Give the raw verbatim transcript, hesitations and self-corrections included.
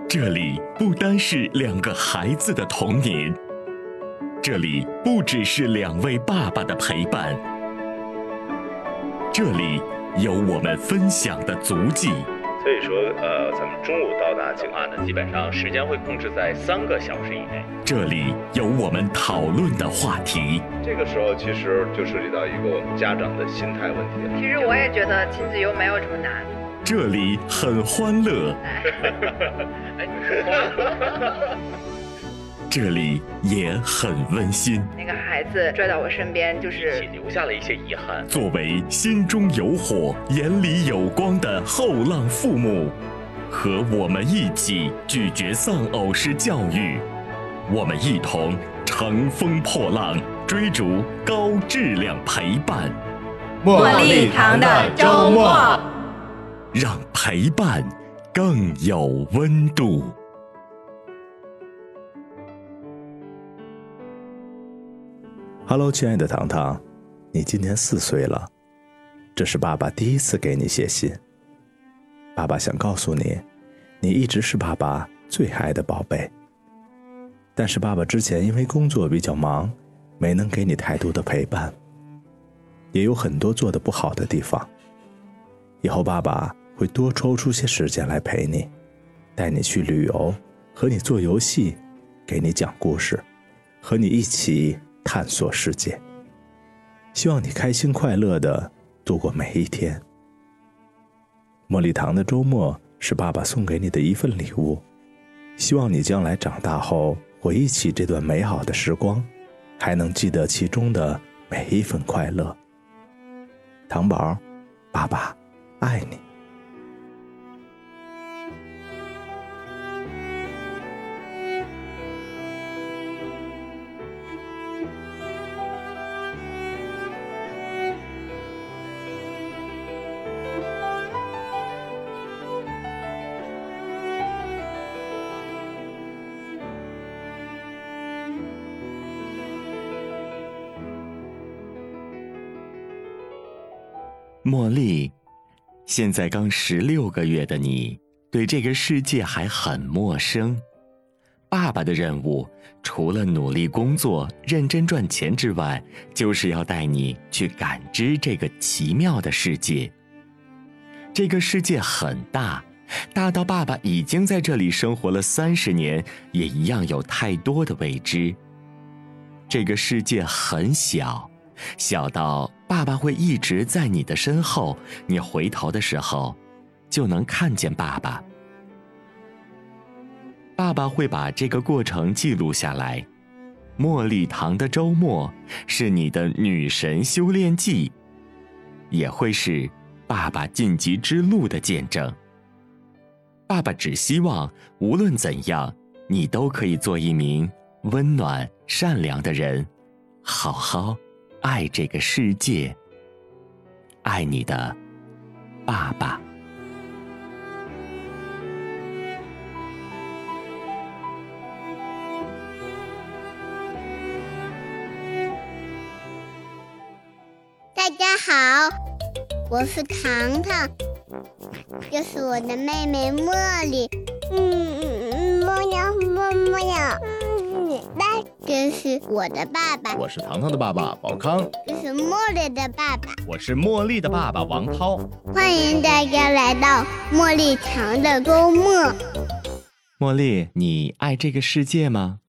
这里不单是两个孩子的童年，这里不只是两位爸爸的陪伴，这里有我们分享的足迹。 所以说，呃，咱们中午到达景安呢，基本上时间会控制在三个小时以内。 这里有我们讨论的话题。 这个时候其实就涉及到一个我们家长的心态问题。 其实我也觉得亲子游没有这么难。 这里很欢乐。 哎，你说话。 这里也很温馨。 那个孩子拽到我身边，就是一起留下了一些遗憾。 作为心中有火、眼里有光的后浪父母，和我们一起拒绝丧偶式教育，我们一同乘风破浪，追逐高质量陪伴。 茉莉堂的周末， 让陪伴更有温度。 Hello， 亲爱的糖糖，你今年四岁了，这是爸爸第一次给你写信。爸爸想告诉你，你一直是爸爸最爱的宝贝。但是爸爸之前因为工作比较忙，没能给你太多的陪伴，也有很多做得不好的地方。以后爸爸会多抽出些时间来陪你，带你去旅游，和你做游戏，给你讲故事，和你一起探索世界。希望你开心快乐地度过每一天。茉莉堂的周末是爸爸送给你的一份礼物，希望你将来长大后回忆起这段美好的时光，还能记得其中的每一份快乐。糖宝，爸爸爱你。 茉莉，现在刚十六个月的你，对这个世界还很陌生。爸爸的任务，除了努力工作、认真赚钱之外，就是要带你去感知这个奇妙的世界。这个世界很大，大到爸爸已经在这里生活了三十年，也一样有太多的未知。这个世界很小，小到爸爸会一直在你的身后，你回头的时候就能看见爸爸。爸爸会把这个过程记录下来。茉莉堂的周末是你的女神修炼记，也会是爸爸晋级之路的见证。爸爸只希望无论怎样，你都可以做一名温暖善良的人，好好爱这个世界。爱你的爸爸。 大家好，我是糖糖，这是我的妹妹茉莉。嗯嗯，茉莉茉茉莉。嗯，那这是我的爸爸， 我是糖糖的爸爸宝康， 这是茉莉的爸爸， 我是茉莉的爸爸王涛。 欢迎大家来到茉莉堂的周末。 茉莉，你爱这个世界吗？